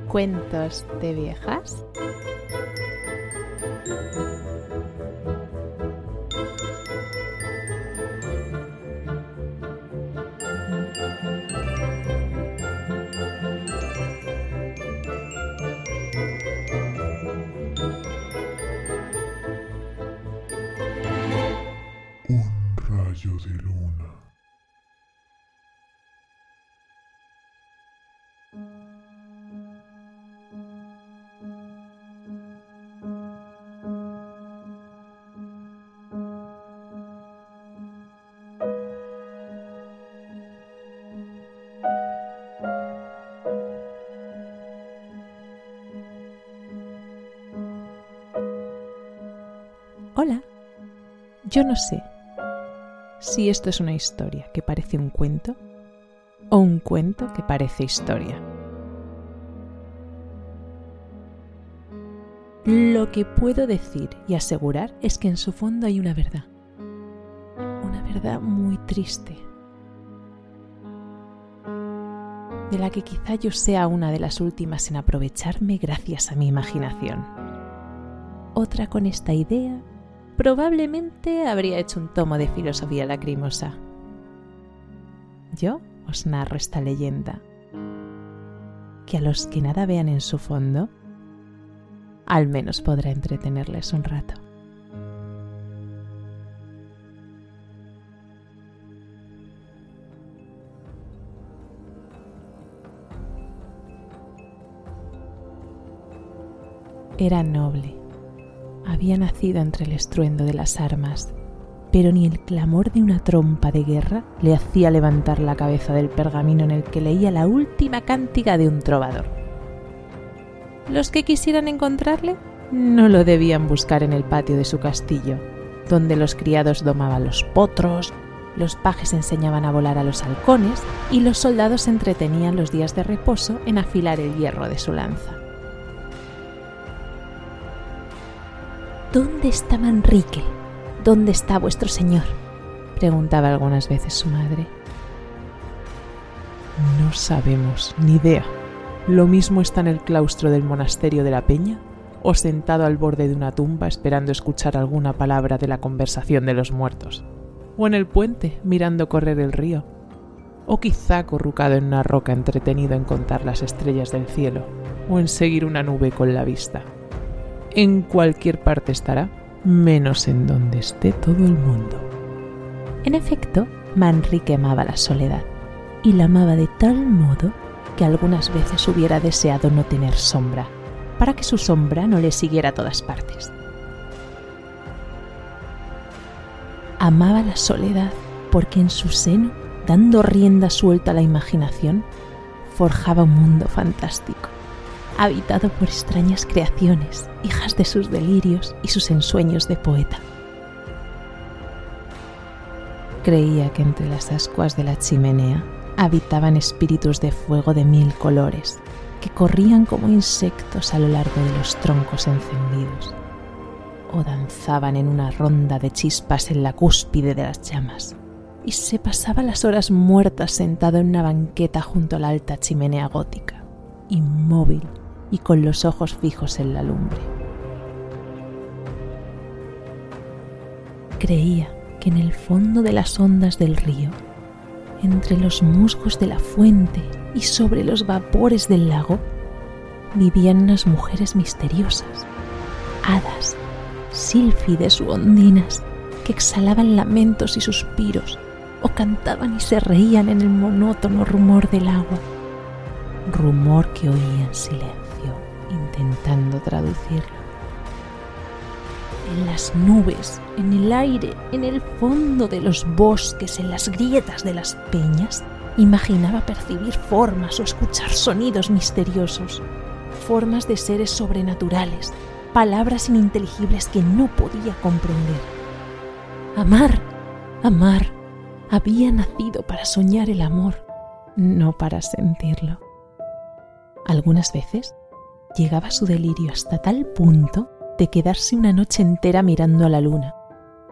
Cuentos de viejas. Un rayo de luna. Hola, yo no sé si esto es una historia que parece un cuento o un cuento que parece historia. Lo que puedo decir y asegurar es que en su fondo hay una verdad muy triste, de la que quizá yo sea una de las últimas en aprovecharme gracias a mi imaginación. Otra con esta idea probablemente habría hecho un tomo de filosofía lacrimosa. Yo os narro esta leyenda, que a los que nada vean en su fondo, al menos podrá entretenerles un rato. Era noble. Había nacido entre el estruendo de las armas, pero ni el clamor de una trompa de guerra le hacía levantar la cabeza del pergamino en el que leía la última cántiga de un trovador. Los que quisieran encontrarle no lo debían buscar en el patio de su castillo, donde los criados domaban los potros, los pajes enseñaban a volar a los halcones y los soldados se entretenían los días de reposo en afilar el hierro de su lanza. ¿Dónde está Manrique? ¿Dónde está vuestro señor?, preguntaba algunas veces su madre. No sabemos, ni idea. Lo mismo está en el claustro del monasterio de la Peña o sentado al borde de una tumba esperando escuchar alguna palabra de la conversación de los muertos, o en el puente mirando correr el río, o quizá acurrucado en una roca entretenido en contar las estrellas del cielo o en seguir una nube con la vista. En cualquier parte estará, menos en donde esté todo el mundo. En efecto, Manrique amaba la soledad, y la amaba de tal modo que algunas veces hubiera deseado no tener sombra, para que su sombra no le siguiera a todas partes. Amaba la soledad porque en su seno, dando rienda suelta a la imaginación, forjaba un mundo fantástico, habitado por extrañas creaciones, hijas de sus delirios y sus ensueños de poeta. Creía que entre las ascuas de la chimenea habitaban espíritus de fuego de 1000 colores, que corrían como insectos a lo largo de los troncos encendidos, o danzaban en una ronda de chispas en la cúspide de las llamas, y se pasaba las horas muertas sentado en una banqueta junto a la alta chimenea gótica, inmóvil y con los ojos fijos en la lumbre. Creía que en el fondo de las ondas del río, entre los musgos de la fuente y sobre los vapores del lago, vivían unas mujeres misteriosas, hadas, sílfides u ondinas, que exhalaban lamentos y suspiros, o cantaban y se reían en el monótono rumor del agua, rumor que oía en silencio, intentando traducirlo. En las nubes, en el aire, en el fondo de los bosques, en las grietas de las peñas, imaginaba percibir formas o escuchar sonidos misteriosos, formas de seres sobrenaturales, palabras ininteligibles que no podía comprender. Amar, amar, había nacido para soñar el amor, no para sentirlo. Algunas veces llegaba su delirio hasta tal punto de quedarse una noche entera mirando a la luna,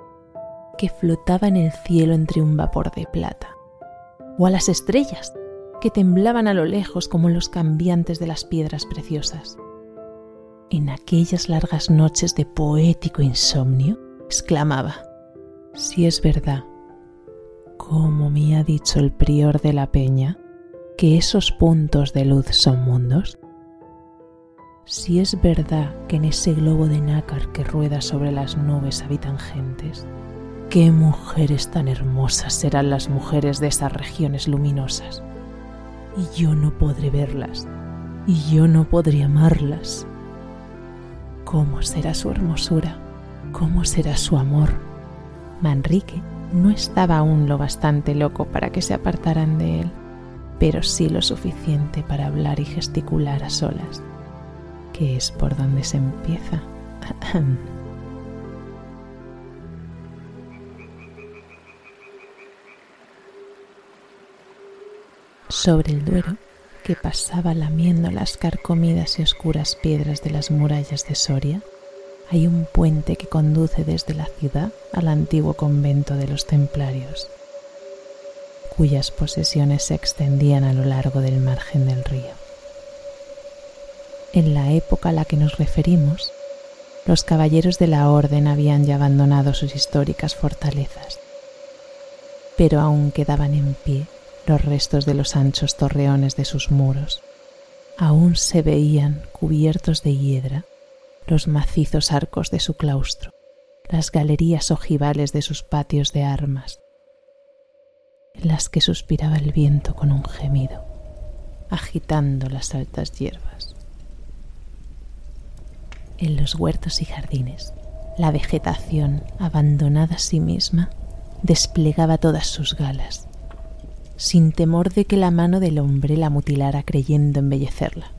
que flotaba en el cielo entre un vapor de plata, o a las estrellas, que temblaban a lo lejos como los cambiantes de las piedras preciosas. En aquellas largas noches de poético insomnio, exclamaba: si es verdad, como me ha dicho el prior de la peña, que esos puntos de luz son mundos, si es verdad que en ese globo de nácar que rueda sobre las nubes habitan gentes, qué mujeres tan hermosas serán las mujeres de esas regiones luminosas, y yo no podré verlas, y yo no podré amarlas. ¿Cómo será su hermosura? ¿Cómo será su amor? Manrique no estaba aún lo bastante loco para que se apartaran de él, pero sí lo suficiente para hablar y gesticular a solas, que es por donde se empieza. Sobre el Duero, que pasaba lamiendo las carcomidas y oscuras piedras de las murallas de Soria, hay un puente que conduce desde la ciudad al antiguo convento de los templarios, cuyas posesiones se extendían a lo largo del margen del río. En la época a la que nos referimos, los caballeros de la Orden habían ya abandonado sus históricas fortalezas, pero aún quedaban en pie los restos de los anchos torreones de sus muros. Aún se veían, cubiertos de hiedra, los macizos arcos de su claustro, las galerías ojivales de sus patios de armas, en las que suspiraba el viento con un gemido, agitando las altas hierbas. En los huertos y jardines, la vegetación, abandonada a sí misma, desplegaba todas sus galas, sin temor de que la mano del hombre la mutilara creyendo embellecerla.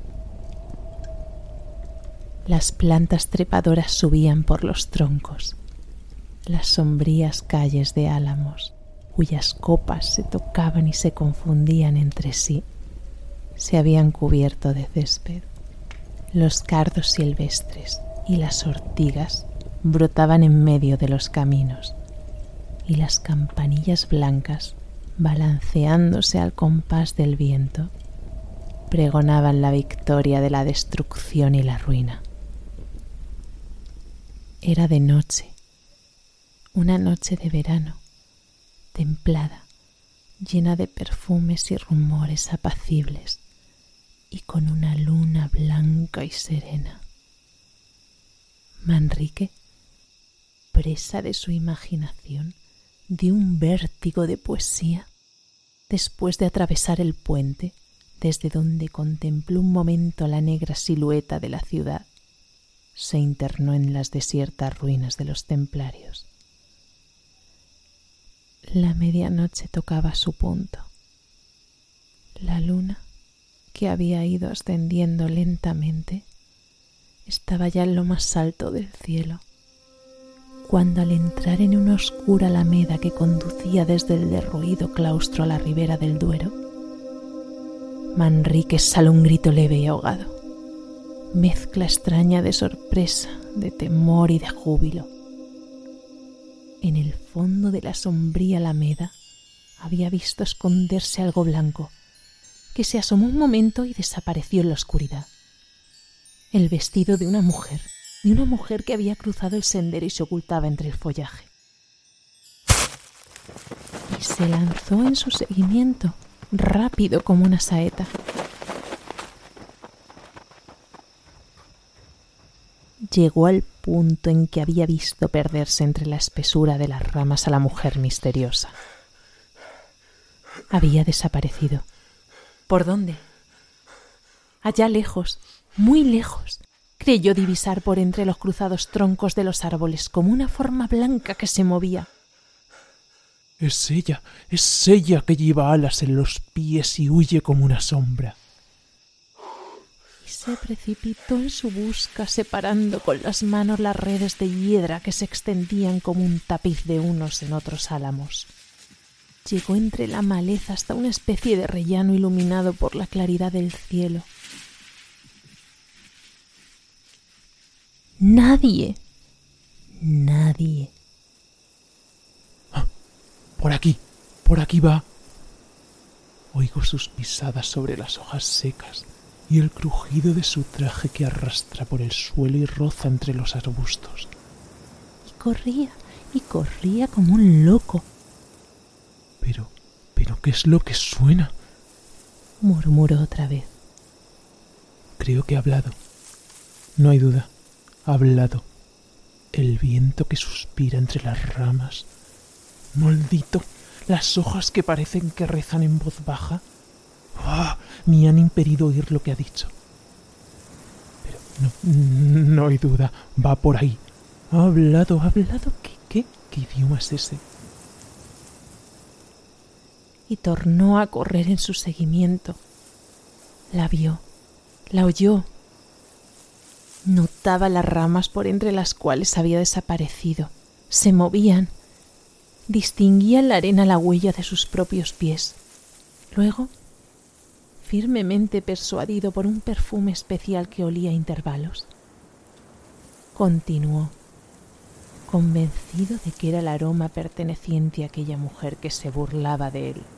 Las plantas trepadoras subían por los troncos, las sombrías calles de álamos, cuyas copas se tocaban y se confundían entre sí, se habían cubierto de césped. Los cardos silvestres y las ortigas brotaban en medio de los caminos, y las campanillas blancas, balanceándose al compás del viento, pregonaban la victoria de la destrucción y la ruina. Era de noche, una noche de verano, templada, llena de perfumes y rumores apacibles, y con una luna blanca y serena. Manrique, presa de su imaginación, dio un vértigo de poesía después de atravesar el puente, desde donde contempló un momento la negra silueta de la ciudad. Se internó en las desiertas ruinas de los templarios. La medianoche tocaba su punto. La luna, que había ido ascendiendo lentamente, estaba ya en lo más alto del cielo, cuando al entrar en una oscura alameda que conducía desde el derruido claustro a la ribera del Duero, Manrique exhaló un grito leve y ahogado, mezcla extraña de sorpresa, de temor y de júbilo. En el fondo de la sombría alameda había visto esconderse algo blanco, que se asomó un momento y desapareció en la oscuridad. El vestido de una mujer que había cruzado el sendero y se ocultaba entre el follaje. Y se lanzó en su seguimiento, rápido como una saeta. Llegó al punto en que había visto perderse entre la espesura de las ramas a la mujer misteriosa. Había desaparecido. ¿Por dónde? Allá lejos, muy lejos, creyó divisar por entre los cruzados troncos de los árboles como una forma blanca que se movía. Es ella que lleva alas en los pies y huye como una sombra. Y se precipitó en su busca, separando con las manos las redes de hiedra que se extendían como un tapiz de unos en otros álamos. Llegó entre la maleza hasta una especie de rellano iluminado por la claridad del cielo. Nadie. Por aquí va. Oigo sus pisadas sobre las hojas secas y el crujido de su traje que arrastra por el suelo y roza entre los arbustos. Y corría como un loco. Pero, ¿qué es lo que suena? Murmuró otra vez. Creo que ha hablado. No hay duda, ha hablado. El viento que suspira entre las ramas. ¡Maldito! Las hojas que parecen que rezan en voz baja. ¡Ah! Me han impedido oír lo que ha dicho. Pero no hay duda, va por ahí. Ha hablado. ¿Qué idioma es ese? Y tornó a correr en su seguimiento. La vio, la oyó. Notaba las ramas por entre las cuales había desaparecido. Se movían. Distinguía en la arena la huella de sus propios pies. Luego, firmemente persuadido por un perfume especial que olía a intervalos, continuó, convencido de que era el aroma perteneciente a aquella mujer que se burlaba de él.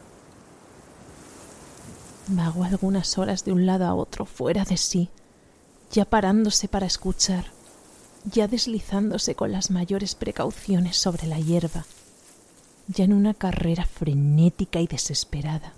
Vagó algunas horas de un lado a otro, fuera de sí, ya parándose para escuchar, ya deslizándose con las mayores precauciones sobre la hierba, ya en una carrera frenética y desesperada.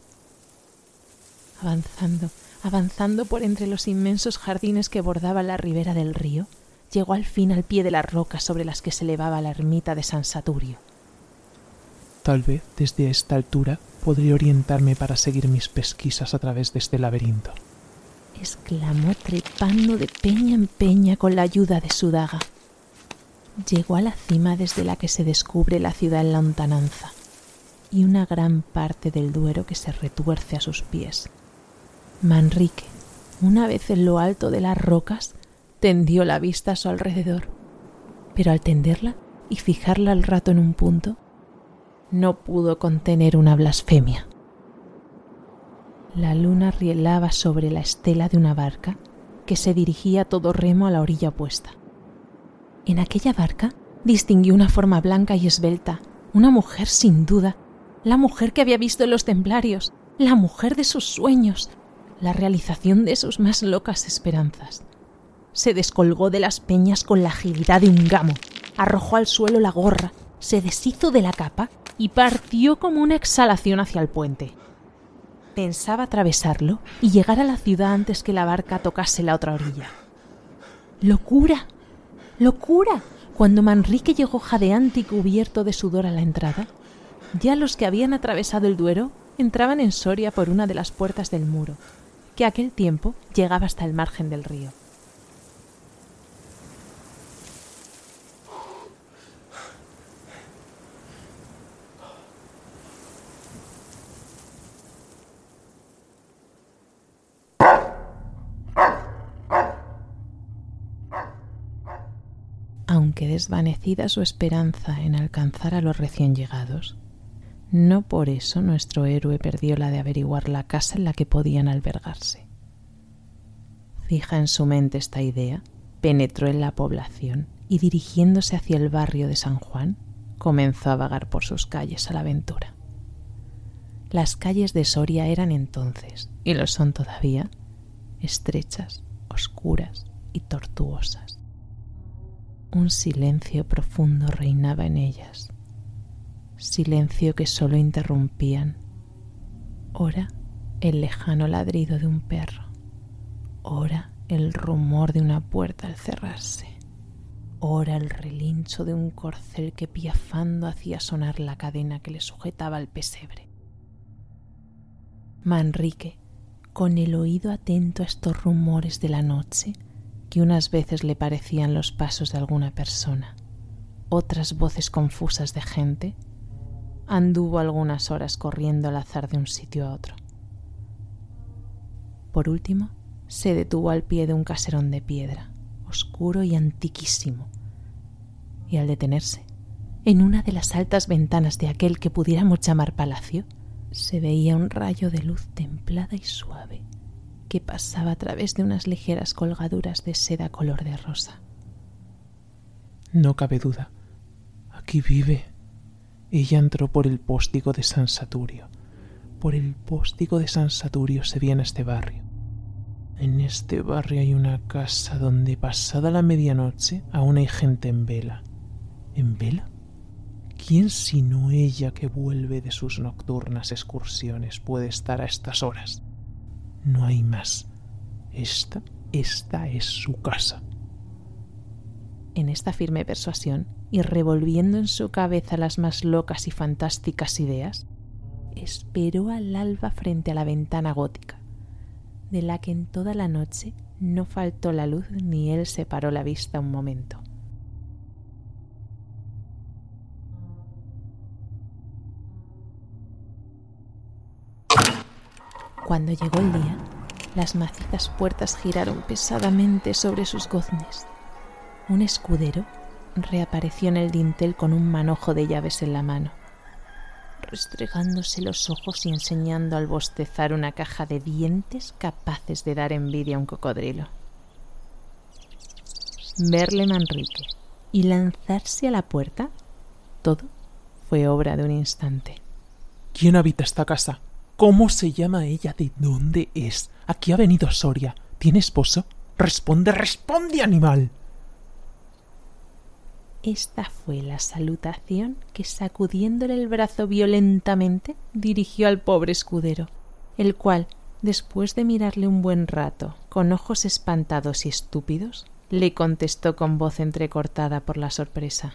Avanzando por entre los inmensos jardines que bordaban la ribera del río, llegó al fin al pie de las rocas sobre las que se elevaba la ermita de San Saturio. Tal vez desde esta altura podré orientarme para seguir mis pesquisas a través de este laberinto, exclamó trepando de peña en peña con la ayuda de su daga. Llegó a la cima desde la que se descubre la ciudad en lontananza y una gran parte del Duero que se retuerce a sus pies. Manrique, una vez en lo alto de las rocas, tendió la vista a su alrededor, pero al tenderla y fijarla al rato en un punto, no pudo contener una blasfemia. La luna rielaba sobre la estela de una barca que se dirigía a todo remo a la orilla opuesta. En aquella barca distinguió una forma blanca y esbelta, una mujer sin duda, la mujer que había visto en los templarios, la mujer de sus sueños, la realización de sus más locas esperanzas. Se descolgó de las peñas con la agilidad de un gamo, arrojó al suelo la gorra, se deshizo de la capa y partió como una exhalación hacia el puente. Pensaba atravesarlo y llegar a la ciudad antes que la barca tocase la otra orilla. ¡Locura! ¡Locura! Cuando Manrique llegó jadeante y cubierto de sudor a la entrada, ya los que habían atravesado el Duero entraban en Soria por una de las puertas del muro, que a aquel tiempo llegaba hasta el margen del río. Aunque desvanecida su esperanza en alcanzar a los recién llegados, no por eso nuestro héroe perdió la de averiguar la casa en la que podían albergarse. Fija en su mente esta idea, penetró en la población y dirigiéndose hacia el barrio de San Juan, comenzó a vagar por sus calles a la aventura. Las calles de Soria eran entonces, y lo son todavía, estrechas, oscuras y tortuosas. Un silencio profundo reinaba en ellas, silencio que solo interrumpían, ora el lejano ladrido de un perro, ora el rumor de una puerta al cerrarse, ora el relincho de un corcel que piafando hacía sonar la cadena que le sujetaba al pesebre. Manrique, con el oído atento a estos rumores de la noche, que unas veces le parecían los pasos de alguna persona, otras voces confusas de gente, anduvo algunas horas corriendo al azar de un sitio a otro. Por último, se detuvo al pie de un caserón de piedra, oscuro y antiquísimo, y al detenerse, en una de las altas ventanas de aquel que pudiéramos llamar palacio, se veía un rayo de luz templada y suave que pasaba a través de unas ligeras colgaduras de seda color de rosa. No cabe duda. Aquí vive. Ella entró por el postigo de San Saturio, por el póstigo de San Saturio se viene a este barrio. En este barrio hay una casa donde pasada la medianoche aún hay gente en vela. ¿En vela? ¿Quién sino ella que vuelve de sus nocturnas excursiones puede estar a estas horas? No hay más. Esta es su casa. En esta firme persuasión, y revolviendo en su cabeza las más locas y fantásticas ideas, esperó al alba frente a la ventana gótica, de la que en toda la noche no faltó la luz ni él separó la vista un momento. Cuando llegó el día, las macizas puertas giraron pesadamente sobre sus goznes. Un escudero reapareció en el dintel con un manojo de llaves en la mano, restregándose los ojos y enseñando al bostezar una caja de dientes capaces de dar envidia a un cocodrilo. Verle Manrique y lanzarse a la puerta, todo fue obra de un instante. ¿Quién habita esta casa? ¿Cómo se llama ella? ¿De dónde es? ¿A qué ha venido Soria? ¿Tiene esposo? ¡Responde, responde, animal! Esta fue la salutación que, sacudiéndole el brazo violentamente, dirigió al pobre escudero, el cual, después de mirarle un buen rato, con ojos espantados y estúpidos, le contestó con voz entrecortada por la sorpresa.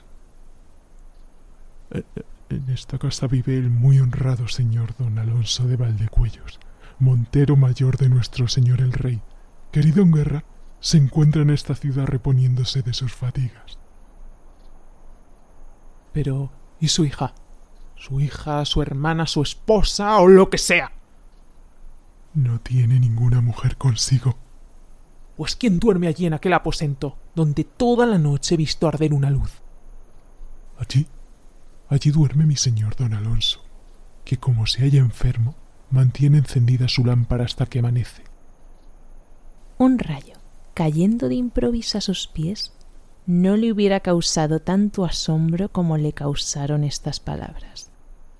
En esta casa vive el muy honrado señor don Alonso de Valdecuellos, montero mayor de nuestro señor el rey. Querido en guerra, se encuentra en esta ciudad reponiéndose de sus fatigas. Pero, ¿y su hija? ¿Su hija, su hermana, su esposa o lo que sea? No tiene ninguna mujer consigo. Pues ¿quién duerme allí en aquel aposento, donde toda la noche he visto arder una luz? Allí duerme mi señor don Alonso, que como se halla enfermo, mantiene encendida su lámpara hasta que amanece. Un rayo, cayendo de improviso a sus pies, no le hubiera causado tanto asombro como le causaron estas palabras.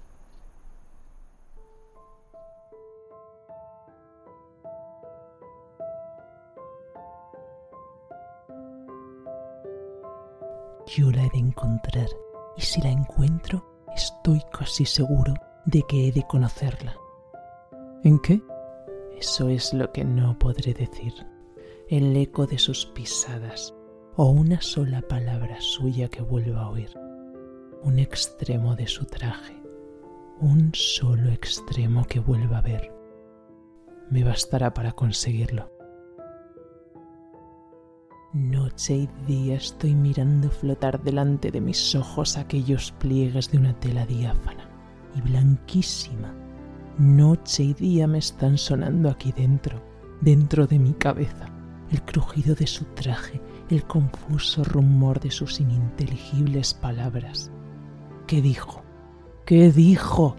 Yo la he de encontrar, y si la encuentro, estoy casi seguro de que he de conocerla. ¿En qué? Eso es lo que no podré decir. El eco de sus pisadas, o una sola palabra suya que vuelva a oír. Un extremo de su traje, un solo extremo que vuelva a ver. Me bastará para conseguirlo. Noche y día estoy mirando flotar delante de mis ojos aquellos pliegues de una tela diáfana y blanquísima. Noche y día me están sonando aquí dentro de mi cabeza, el crujido de su traje, el confuso rumor de sus ininteligibles palabras. ¿Qué dijo? ¿Qué dijo?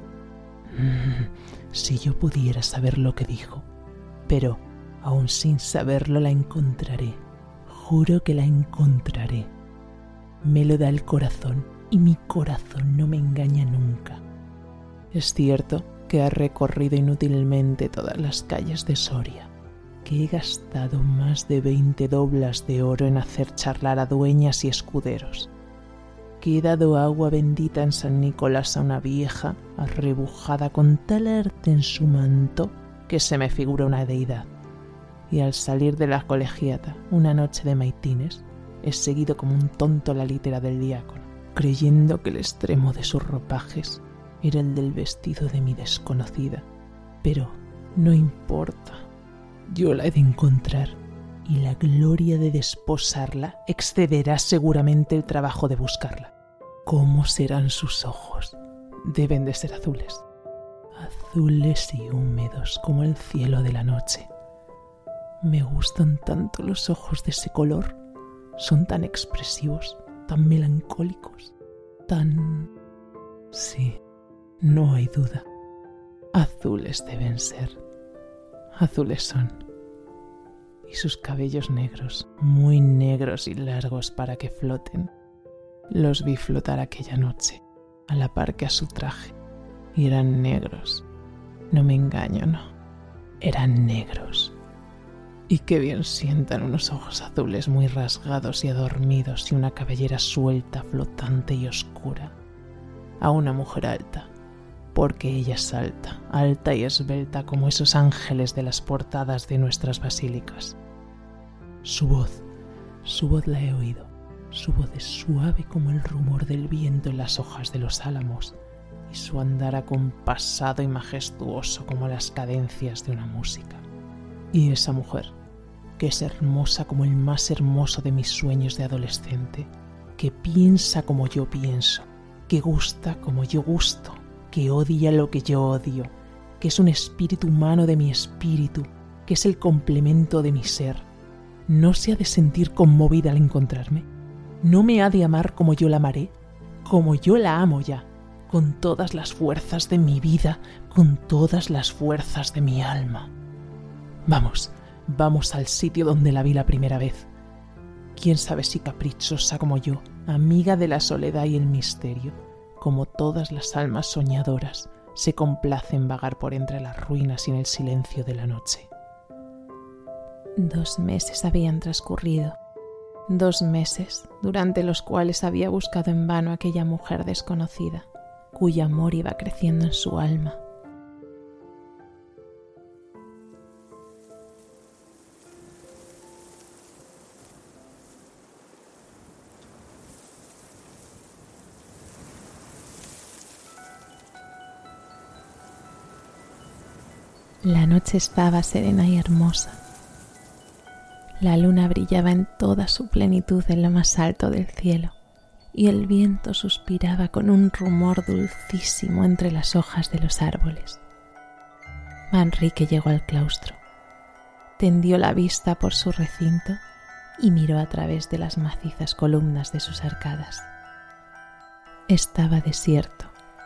Si yo pudiera saber lo que dijo, pero aun sin saberlo la encontraré. Juro que la encontraré. Me lo da el corazón y mi corazón no me engaña nunca. Es cierto que he recorrido inútilmente todas las calles de Soria, que he gastado más de 20 doblas de oro en hacer charlar a dueñas y escuderos, que he dado agua bendita en San Nicolás a una vieja arrebujada con tal arte en su manto que se me figura una deidad. Y al salir de la colegiata, una noche de maitines, he seguido como un tonto la litera del diácono, creyendo que el extremo de sus ropajes era el del vestido de mi desconocida. Pero no importa, yo la he de encontrar, y la gloria de desposarla excederá seguramente el trabajo de buscarla. ¿Cómo serán sus ojos? Deben de ser azules, azules y húmedos como el cielo de la noche. Me gustan tanto los ojos de ese color, son tan expresivos, tan melancólicos, tan... Sí, no hay duda, azules deben ser, azules son. Y sus cabellos negros, muy negros y largos para que floten, los vi flotar aquella noche, a la par que a su traje, y eran negros, No me engaño, no. Eran negros. Y qué bien sientan unos ojos azules muy rasgados y adormidos y una cabellera suelta, flotante y oscura. A una mujer alta, porque ella es alta, alta y esbelta como esos ángeles de las portadas de nuestras basílicas. Su voz la he oído. Su voz es suave como el rumor del viento en las hojas de los álamos y su andar acompasado y majestuoso como las cadencias de una música. Y esa mujer, que es hermosa como el más hermoso de mis sueños de adolescente, que piensa como yo pienso, que gusta como yo gusto, que odia lo que yo odio, que es un espíritu humano de mi espíritu, que es el complemento de mi ser, ¿no se ha de sentir conmovida al encontrarme? ¿No me ha de amar como yo la amaré? Como yo la amo ya, con todas las fuerzas de mi vida, con todas las fuerzas de mi alma. Vamos al sitio donde la vi la primera vez. Quién sabe si caprichosa como yo, amiga de la soledad y el misterio, como todas las almas soñadoras, se complace en vagar por entre las ruinas y en el silencio de la noche. 2 meses habían transcurrido. 2 meses durante los cuales había buscado en vano a aquella mujer desconocida, cuyo amor iba creciendo en su alma. La noche estaba serena y hermosa. La luna brillaba en toda su plenitud en lo más alto del cielo, y el viento suspiraba con un rumor dulcísimo entre las hojas de los árboles. Manrique llegó al claustro, tendió la vista por su recinto y miró a través de las macizas columnas de sus arcadas. Estaba desierto.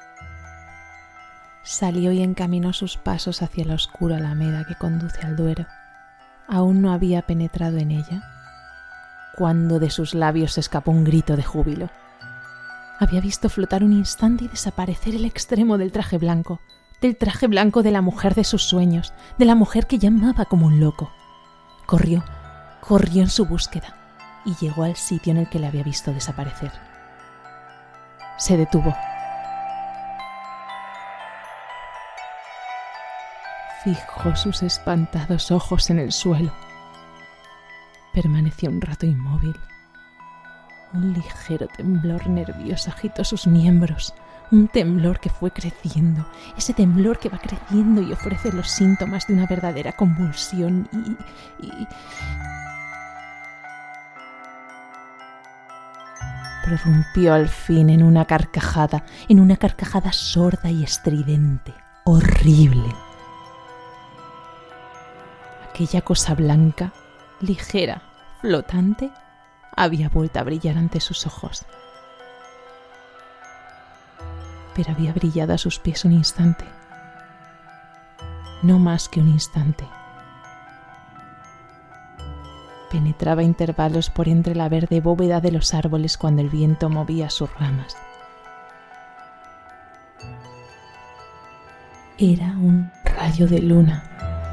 Salió y encaminó sus pasos hacia la oscura alameda que conduce al Duero. Aún no había penetrado en ella, cuando de sus labios escapó un grito de júbilo. Había visto flotar un instante y desaparecer el extremo del traje blanco de la mujer de sus sueños, de la mujer que llamaba como un loco. Corrió en su búsqueda y llegó al sitio en el que le había visto desaparecer. Se detuvo. Fijó sus espantados ojos en el suelo. Permaneció un rato inmóvil. Un ligero temblor nervioso agitó sus miembros, un temblor que fue creciendo, ese temblor que va creciendo y ofrece los síntomas de una verdadera convulsión y... Prorrumpió al fin en una carcajada sorda y estridente, horrible. Aquella cosa blanca, ligera, flotante, había vuelto a brillar ante sus ojos. Pero había brillado a sus pies un instante. No más que un instante. Penetraba a intervalos por entre la verde bóveda de los árboles cuando el viento movía sus ramas. Era un rayo de luna.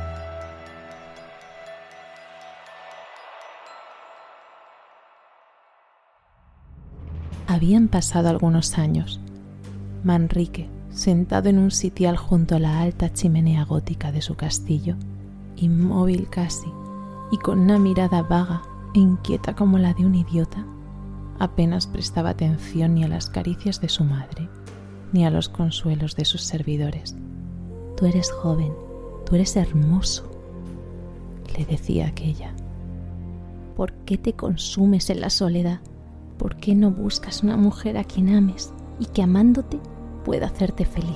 Habían pasado algunos años. Manrique, sentado en un sitial junto a la alta chimenea gótica de su castillo, inmóvil casi, y con una mirada vaga e inquieta como la de un idiota, apenas prestaba atención ni a las caricias de su madre, ni a los consuelos de sus servidores. «Tú eres joven, tú eres hermoso», le decía aquella. «¿Por qué te consumes en la soledad? ¿Por qué no buscas una mujer a quien ames y que amándote pueda hacerte feliz?»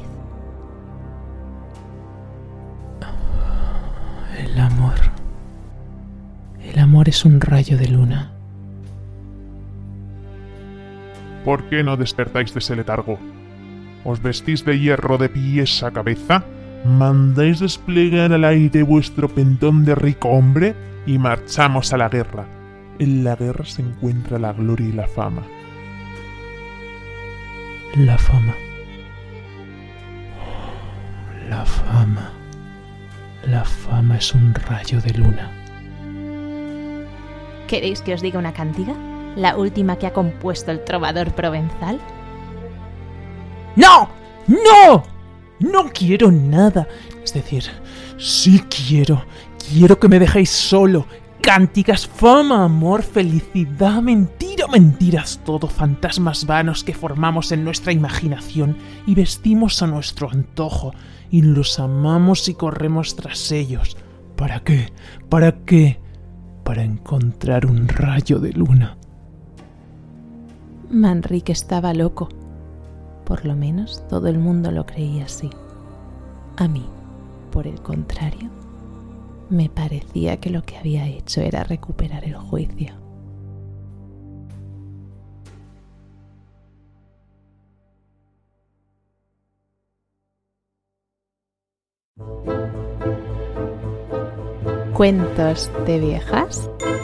El amor es un rayo de luna. ¿Por qué no despertáis de ese letargo? ¿Os vestís de hierro de pies a cabeza? ¿Mandáis desplegar al aire vuestro pendón de rico hombre? Y marchamos a la guerra. En la guerra se encuentra la gloria y la fama. La fama. La fama. La fama es un rayo de luna. ¿Queréis que os diga una cantiga? ¿La última que ha compuesto el trovador provenzal? ¡No! ¡No! No quiero nada. Es decir, sí quiero. Quiero que me dejéis solo. Cánticas, fama, amor, felicidad, mentira, mentiras, todo fantasmas vanos que formamos en nuestra imaginación y vestimos a nuestro antojo y los amamos y corremos tras ellos. ¿Para qué? ¿Para qué? Para encontrar un rayo de luna. Manrique estaba loco. Por lo menos todo el mundo lo creía así. A mí, por el contrario, me parecía que lo que había hecho era recuperar el juicio. Cuentos de viejas.